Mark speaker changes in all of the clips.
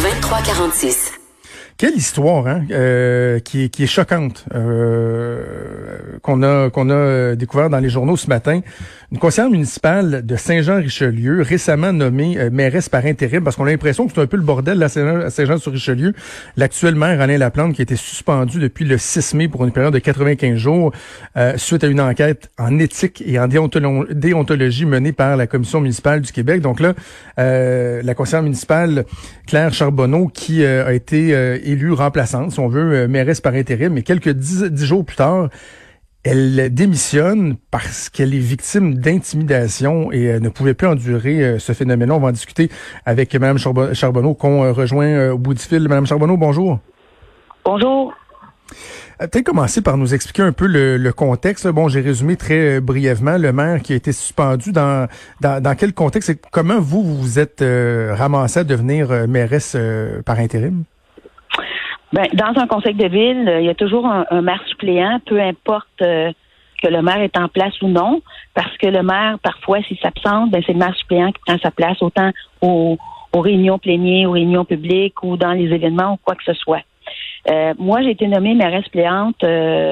Speaker 1: 2346.
Speaker 2: Quelle histoire, hein, qui est choquante, qu'on a découvert dans les journaux ce matin. Une conseillère municipale de Saint-Jean-Richelieu, récemment nommée mairesse par intérim, parce qu'on a l'impression que c'est un peu le bordel là, à Saint-Jean-sur-Richelieu. L'actuel maire, Alain Laplante, qui a été suspendu depuis le 6 mai pour une période de 95 jours, suite à une enquête en éthique et en déontologie menée par la Commission municipale du Québec. Donc là, la conseillère municipale Claire Charbonneau, qui a été élue remplaçante, si on veut, mairesse par intérim, mais quelques 10 jours plus tard, elle démissionne parce qu'elle est victime d'intimidation et ne pouvait plus endurer ce phénomène-là. On va en discuter avec Mme Charbonneau, qu'on rejoint au bout du fil. Mme Charbonneau, bonjour.
Speaker 3: Bonjour.
Speaker 2: Peut-être commencer par nous expliquer un peu le contexte. Bon, j'ai résumé très brièvement le maire qui a été suspendu. Dans quel contexte et comment vous êtes ramassé à devenir mairesse par intérim?
Speaker 3: Ben, dans un conseil de ville, il y a toujours un maire suppléant, peu importe que le maire est en place ou non, parce que le maire, parfois, s'il s'absente, ben, c'est le maire suppléant qui prend sa place, autant aux réunions plénières, aux réunions publiques ou dans les événements ou quoi que ce soit. Moi, j'ai été nommée mairesse suppléante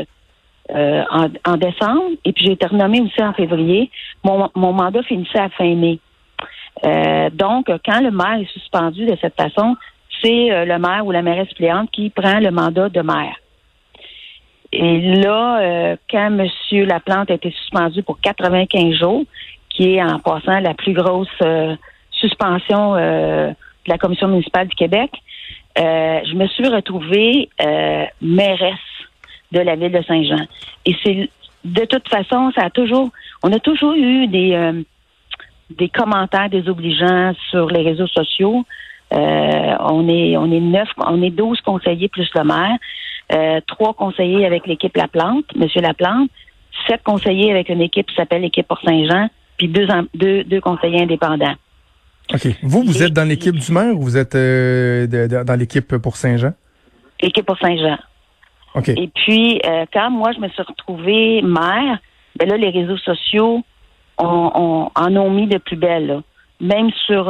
Speaker 3: en décembre, et puis j'ai été renommée aussi en février. Mon mandat finissait à fin mai. Donc, quand le maire est suspendu de cette façon, c'est le maire ou la mairesse suppléante qui prend le mandat de maire. Et là, quand M. Laplante a été suspendu pour 95 jours, qui est en passant la plus grosse suspension de la Commission municipale du Québec, je me suis retrouvée mairesse de la ville de Saint-Jean. Et c'est de toute façon, on a toujours eu des commentaires désobligeants sur les réseaux sociaux. On est 12 conseillers plus le maire, 3 conseillers avec l'équipe Laplante, M. Laplante, 7 conseillers avec une équipe qui s'appelle l'équipe pour Saint-Jean, puis deux conseillers indépendants.
Speaker 2: OK. Vous êtes dans l'équipe du maire ou vous êtes dans l'équipe pour Saint-Jean? L'équipe
Speaker 3: pour Saint-Jean.
Speaker 2: OK.
Speaker 3: Et puis, quand moi, je me suis retrouvée maire, ben là, les réseaux sociaux en ont mis de plus belle, là. Même sur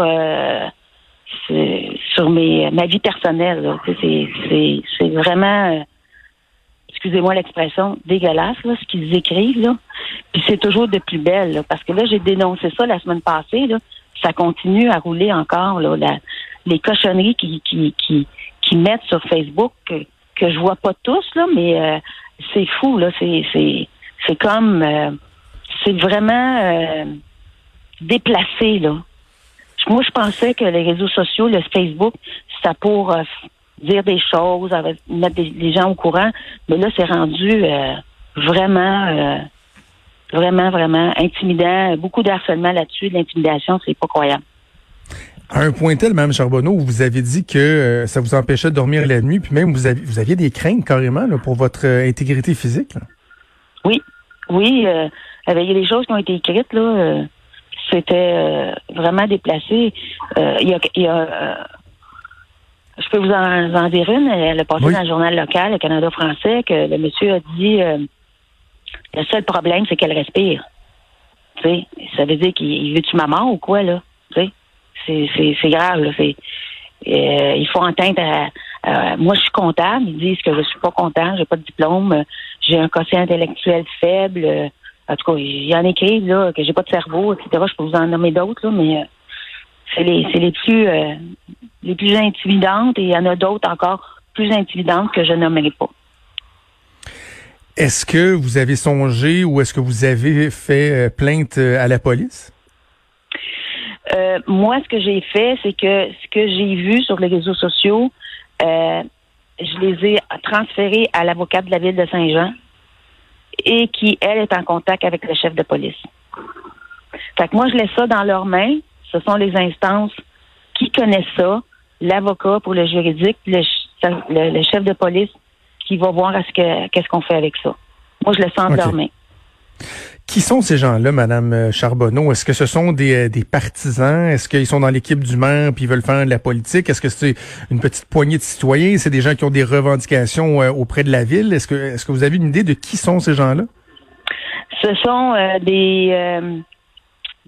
Speaker 3: ma vie personnelle, là. C'est vraiment, excusez-moi l'expression, dégueulasse, là, ce qu'ils écrivent, là. Puis c'est toujours de plus belle, là, parce que là, j'ai dénoncé ça la semaine passée, là. Ça continue à rouler encore, là, les cochonneries qui mettent sur Facebook, que je vois pas tous, là, mais c'est fou, là. C'est comme, c'est vraiment déplacé, là. Moi, je pensais que les réseaux sociaux, le Facebook, c'était pour dire des choses, mettre les gens au courant. Mais là, c'est rendu vraiment intimidant. Beaucoup de harcèlement là-dessus, de l'intimidation, c'est pas croyable.
Speaker 2: À un point tel, Mme Charbonneau, vous avez dit que ça vous empêchait de dormir la nuit, puis même vous aviez des craintes carrément là, pour votre intégrité physique. Là. Oui.
Speaker 3: Il y a des choses qui ont été écrites, là. C'était vraiment déplacé. Je peux vous en dire une. Elle a passé dans le journal local, le Canada français, que le monsieur a dit le seul problème, c'est qu'elle respire. T'sais, ça veut dire qu'il veut-tu ma mort ou quoi, là? T'sais, c'est grave, là. Il faut entendre moi, je suis comptable. Ils disent que je suis pas comptable, j'ai pas de diplôme, j'ai un quotient intellectuel faible. En tout cas, il y en écrivent, là, que j'ai pas de cerveau, etc. Je peux vous en nommer d'autres, là, mais c'est les plus intimidantes et il y en a d'autres encore plus intimidantes que je nommerai pas.
Speaker 2: Est-ce que vous avez songé ou est-ce que vous avez fait plainte à la police?
Speaker 3: Moi, ce que j'ai fait, c'est que ce que j'ai vu sur les réseaux sociaux, je les ai transférés à l'avocate de la ville de Saint-Jean et qui, elle, est en contact avec le chef de police. Fait que moi, je laisse ça dans leurs mains. Ce sont les instances qui connaissent ça, l'avocat pour le juridique, le chef de police qui va voir qu'est-ce qu'on fait avec ça. Moi, je laisse ça entre leurs mains.
Speaker 2: Qui sont ces gens-là, Madame Charbonneau? Est-ce que ce sont des partisans? Est-ce qu'ils sont dans l'équipe du maire puis ils veulent faire de la politique? Est-ce que c'est une petite poignée de citoyens? C'est des gens qui ont des revendications auprès de la ville? Est-ce que vous avez une idée de qui sont ces gens-là?
Speaker 3: Ce sont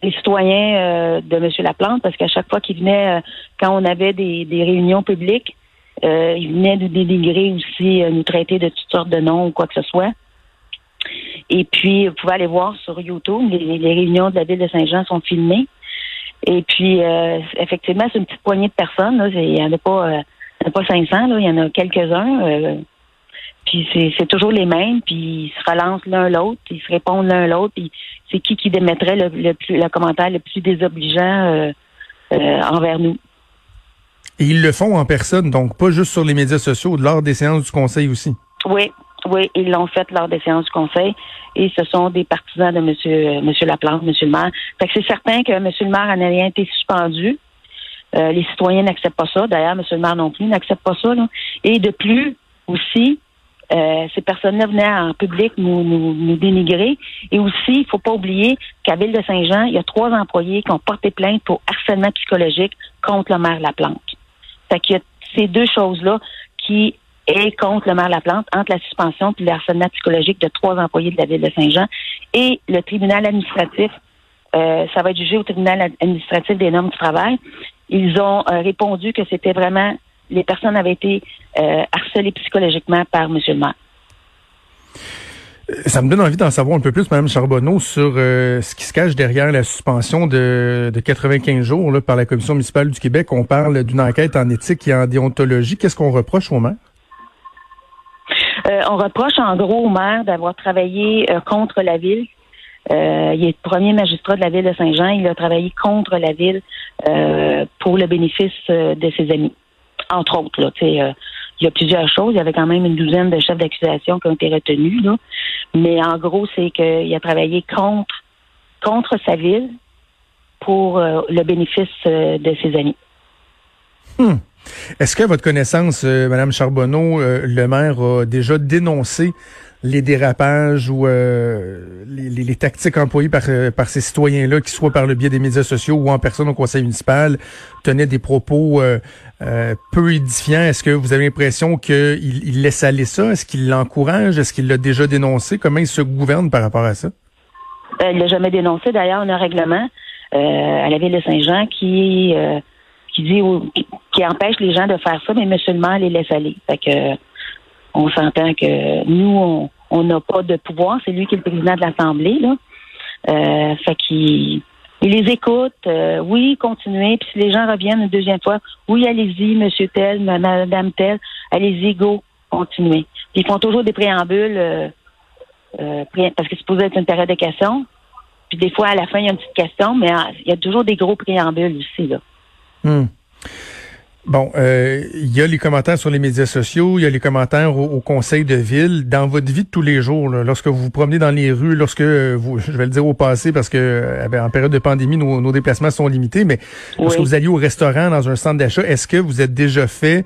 Speaker 3: les citoyens de M. Laplante, parce qu'à chaque fois qu'il venait, quand on avait des réunions publiques, il venait nous dénigrer aussi, nous traiter de toutes sortes de noms ou quoi que ce soit. Et puis, vous pouvez aller voir sur YouTube, les réunions de la ville de Saint-Jean sont filmées. Et puis, effectivement, c'est une petite poignée de personnes. Là. Il n'y en a pas 500, là. Il y en a quelques-uns. Puis c'est toujours les mêmes, puis ils se relancent l'un l'autre, ils se répondent l'un l'autre, puis c'est qui démettrait le commentaire le plus désobligeant envers nous.
Speaker 2: Et ils le font en personne, donc pas juste sur les médias sociaux, lors des séances du conseil aussi.
Speaker 3: Oui, ils l'ont fait lors des séances du conseil, et ce sont des partisans de monsieur Laplante, monsieur le maire. Fait que c'est certain que monsieur le maire en a rien été suspendu. Les citoyens n'acceptent pas ça. D'ailleurs, monsieur le maire non plus n'accepte pas ça. Là. Et de plus, aussi, ces personnes-là venaient en public nous dénigrer. Et aussi, il faut pas oublier qu'à Ville de Saint-Jean, il y a 3 employés qui ont porté plainte pour harcèlement psychologique contre le maire Laplante. Fait qu'il y a ces 2 choses-là qui est contre le maire Laplante, entre la suspension et le harcèlement psychologique de 3 employés de la Ville de Saint-Jean. Et le tribunal administratif, ça va être jugé au tribunal administratif des normes du travail. Ils ont répondu que c'était vraiment... Les personnes avaient été harcelées psychologiquement par M. le maire.
Speaker 2: Ça me donne envie d'en savoir un peu plus, Mme Charbonneau, sur ce qui se cache derrière la suspension de 95 jours là, par la Commission municipale du Québec. On parle d'une enquête en éthique et en déontologie. Qu'est-ce qu'on reproche au maire?
Speaker 3: On reproche en gros au maire d'avoir travaillé contre la ville. Il est le premier magistrat de la Ville de Saint-Jean. Il a travaillé contre la ville pour le bénéfice de ses amis. Entre autres, là, il y a plusieurs choses. Il y avait quand même une douzaine de chefs d'accusation qui ont été retenus. Là. Mais en gros, c'est qu'il a travaillé contre sa ville pour le bénéfice de ses amis.
Speaker 2: Est-ce qu'à votre connaissance, Mme Charbonneau, le maire a déjà dénoncé les dérapages ou les tactiques employées par ces citoyens-là, qui soit par le biais des médias sociaux ou en personne au conseil municipal, tenaient des propos peu édifiants? Est-ce que vous avez l'impression qu'il laisse aller ça? Est-ce qu'il l'encourage? Est-ce qu'il l'a déjà dénoncé? Comment il se gouverne par rapport à ça?
Speaker 3: Il l'a jamais dénoncé. D'ailleurs, on a un règlement à la Ville de Saint-Jean qui empêche les gens de faire ça, mais monsieur le maire les laisse aller. Fait que on s'entend que nous, on n'a pas de pouvoir. C'est lui qui est le président de l'Assemblée, là. Fait qu'il les écoute. Oui, continuez. Puis si les gens reviennent une deuxième fois, oui, allez-y, monsieur tel, madame tel, allez-y, go, continuez. Puis ils font toujours des préambules parce que c'est supposé être une période de questions. Puis des fois, à la fin, il y a une petite question, mais il y a toujours des gros préambules aussi, là.
Speaker 2: Bon, il y a les commentaires sur les médias sociaux, il y a les commentaires au conseil de ville. Dans votre vie de tous les jours, là, lorsque vous vous promenez dans les rues, lorsque vous, je vais le dire au passé parce que en période de pandémie, nos déplacements sont limités, mais lorsque vous alliez au restaurant, dans un centre d'achat, est-ce que vous êtes déjà fait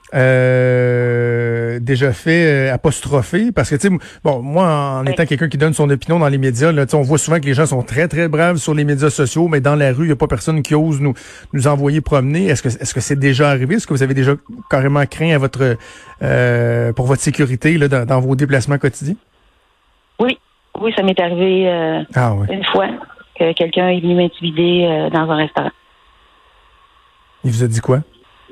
Speaker 2: apostropher? Parce que, tu sais, bon, moi, en étant quelqu'un qui donne son opinion dans les médias, là, on voit souvent que les gens sont très, très braves sur les médias sociaux, mais dans la rue, il n'y a pas personne qui ose nous envoyer promener. Est-ce que c'est déjà arrivé? Est-ce que vous avez déjà carrément craint à pour votre sécurité là, dans vos déplacements quotidiens? Oui,
Speaker 3: ça m'est arrivé une fois que quelqu'un est venu m'intimider dans un restaurant.
Speaker 2: Il vous a dit quoi?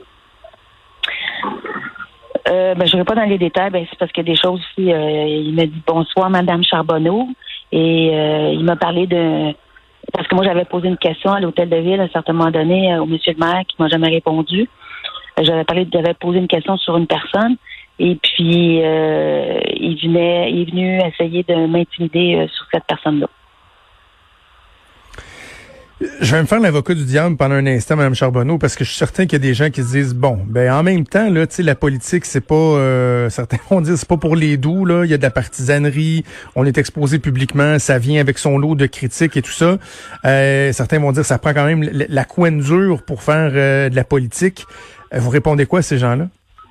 Speaker 3: Je ne vais pas dans les détails, c'est parce qu'il y a des choses aussi. Il m'a dit bonsoir, Madame Charbonneau, et il m'a parlé parce que moi j'avais posé une question à l'hôtel de ville à un certain moment donné au monsieur le maire qui m'a jamais répondu. J'avais posé une question sur une personne, et puis il est venu essayer de m'intimider sur cette personne-là.
Speaker 2: Je vais me faire l'avocat du diable pendant un instant, Mme Charbonneau, parce que je suis certain qu'il y a des gens qui se disent, bon, en même temps, là, tu sais, la politique, c'est pas, certains vont dire, c'est pas pour les doux, là, il y a de la partisanerie, on est exposé publiquement, ça vient avec son lot de critiques et tout ça. Certains vont dire, ça prend quand même la couenne dure pour faire de la politique. Vous répondez quoi à ces gens-là?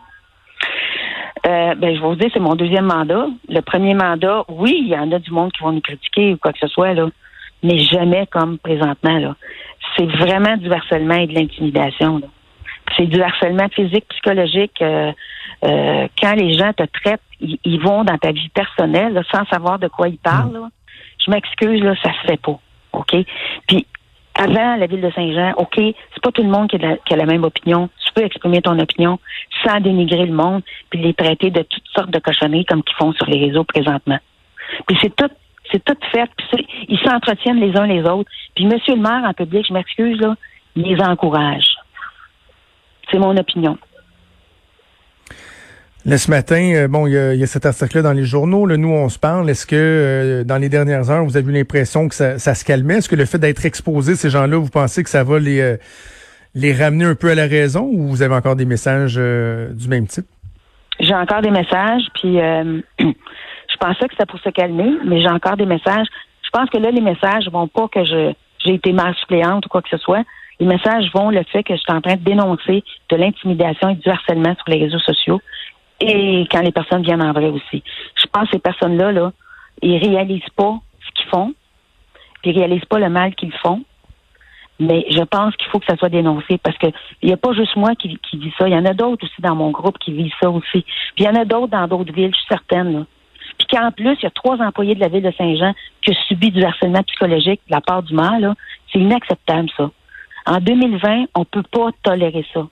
Speaker 3: Je vais vous dire, c'est mon 2e mandat. Le premier mandat, oui, il y en a du monde qui vont nous critiquer ou quoi que ce soit, là. Mais jamais comme présentement, là. C'est vraiment du harcèlement et de l'intimidation, là. C'est du harcèlement physique, psychologique. Quand les gens te traitent, ils vont dans ta vie personnelle, là, sans savoir de quoi ils parlent, là. Je m'excuse, là, ça se fait pas. OK? Puis, avant la ville de Saint-Jean, OK, c'est pas tout le monde qui a la même opinion. Tu peux exprimer ton opinion sans dénigrer le monde puis les traiter de toutes sortes de cochonneries comme qu'ils font sur les réseaux présentement. Puis c'est tout fait. Puis ils s'entretiennent les uns les autres. Puis monsieur le maire, en public, je m'excuse, là, il les encourage. C'est mon opinion.
Speaker 2: Là, ce matin, il y a cet article-là dans les journaux. Là, nous, on se parle. Est-ce que dans les dernières heures, vous avez eu l'impression que ça se calmait? Est-ce que le fait d'être exposé, ces gens-là, vous pensez que ça va les ramener un peu à la raison ou vous avez encore des messages du même type?
Speaker 3: J'ai encore des messages, puis je pensais que c'était pour se calmer, mais j'ai encore des messages. Je pense que là, les messages vont pas que j'ai été maire suppléante ou quoi que ce soit. Les messages vont le fait que je suis en train de dénoncer de l'intimidation et du harcèlement sur les réseaux sociaux. Et quand les personnes viennent en vrai aussi. Je pense que ces personnes-là, là, ils réalisent pas ce qu'ils font, puis ils réalisent pas le mal qu'ils font. Mais je pense qu'il faut que ça soit dénoncé parce que il n'y a pas juste moi qui vis ça. Il y en a d'autres aussi dans mon groupe qui vivent ça aussi. Puis il y en a d'autres dans d'autres villes, je suis certaine. Là. Puis qu'en plus, il y a 3 employés de la ville de Saint-Jean qui ont subi du harcèlement psychologique de la part du maire. Là. C'est inacceptable, ça. En 2020, on peut pas tolérer ça.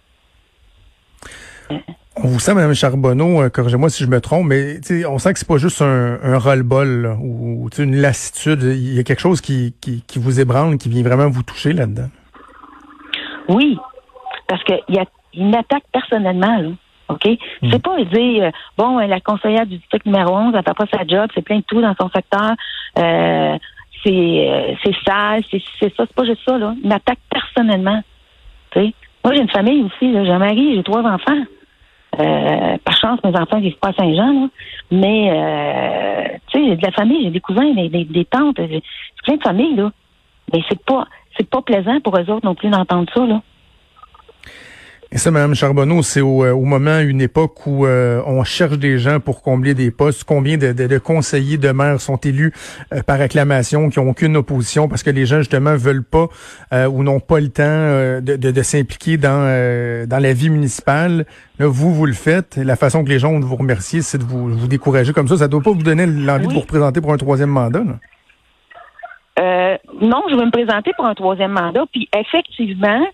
Speaker 2: On vous sent, Mme Charbonneau, corrigez-moi si je me trompe, mais on sent que c'est pas juste un roll-ball là, ou une lassitude. Il y a quelque chose qui vous ébranle, qui vient vraiment vous toucher là-dedans.
Speaker 3: Oui, parce qu'il y a une attaque personnellement, là. OK? C'est pas dire, la conseillère du district numéro 11, elle fait pas sa job, c'est plein de tout dans son secteur, c'est sale, c'est ça, c'est pas juste ça, là. Une attaque personnellement. T'sais? Moi, j'ai une famille aussi, là. J'ai un mari, j'ai 3 enfants. Par chance, mes enfants vivent pas à Saint-Jean, là. Mais j'ai de la famille, j'ai des cousins, des tantes, c'est plein de familles, là. Mais c'est pas plaisant pour eux autres non plus d'entendre ça, là.
Speaker 2: Et ça, Mme Charbonneau, c'est au moment, une époque où on cherche des gens pour combler des postes. Combien de conseillers de maires sont élus par acclamation, qui n'ont aucune opposition parce que les gens, justement, veulent pas ou n'ont pas le temps de s'impliquer dans la vie municipale. Là, vous le faites. La façon que les gens vont vous remercier, c'est de vous décourager comme ça. Ça doit pas vous donner l'envie de vous représenter pour un 3e mandat, là?
Speaker 3: Non, je veux me présenter pour un 3e mandat. Puis, effectivement,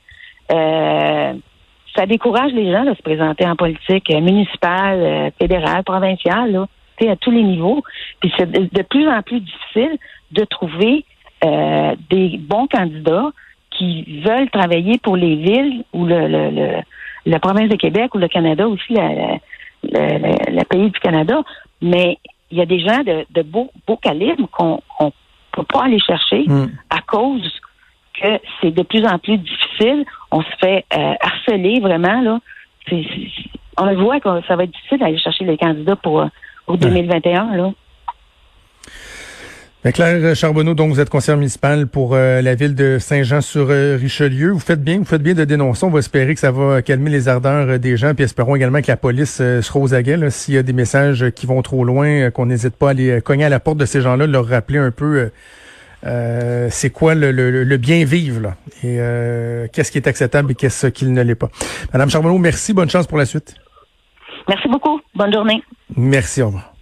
Speaker 3: ça décourage les gens de se présenter en politique municipale, fédérale, provinciale, là, à tous les niveaux. Puis c'est de plus en plus difficile de trouver des bons candidats qui veulent travailler pour les villes ou la province de Québec ou le Canada aussi, le pays du Canada. Mais il y a des gens de beau calibre qu'on peut pas aller chercher à cause que c'est de plus en plus difficile. On se fait harceler vraiment, là. On le voit que ça va être difficile d'aller chercher les candidats pour 2021, là.
Speaker 2: Claire Charbonneau, donc vous êtes conseillère municipale pour la ville de Saint-Jean-sur-Richelieu. Vous faites bien de dénoncer. On va espérer que ça va calmer les ardeurs des gens, puis espérons également que la police sera aux aguets. Là, s'il y a des messages qui vont trop loin, qu'on n'hésite pas à aller cogner à la porte de ces gens-là, leur rappeler un peu c'est quoi le bien vivre là, et qu'est-ce qui est acceptable et qu'est-ce qui ne l'est pas. Madame Charbonneau, merci, bonne chance pour la suite.
Speaker 3: Merci beaucoup, bonne journée.
Speaker 2: Merci, au revoir.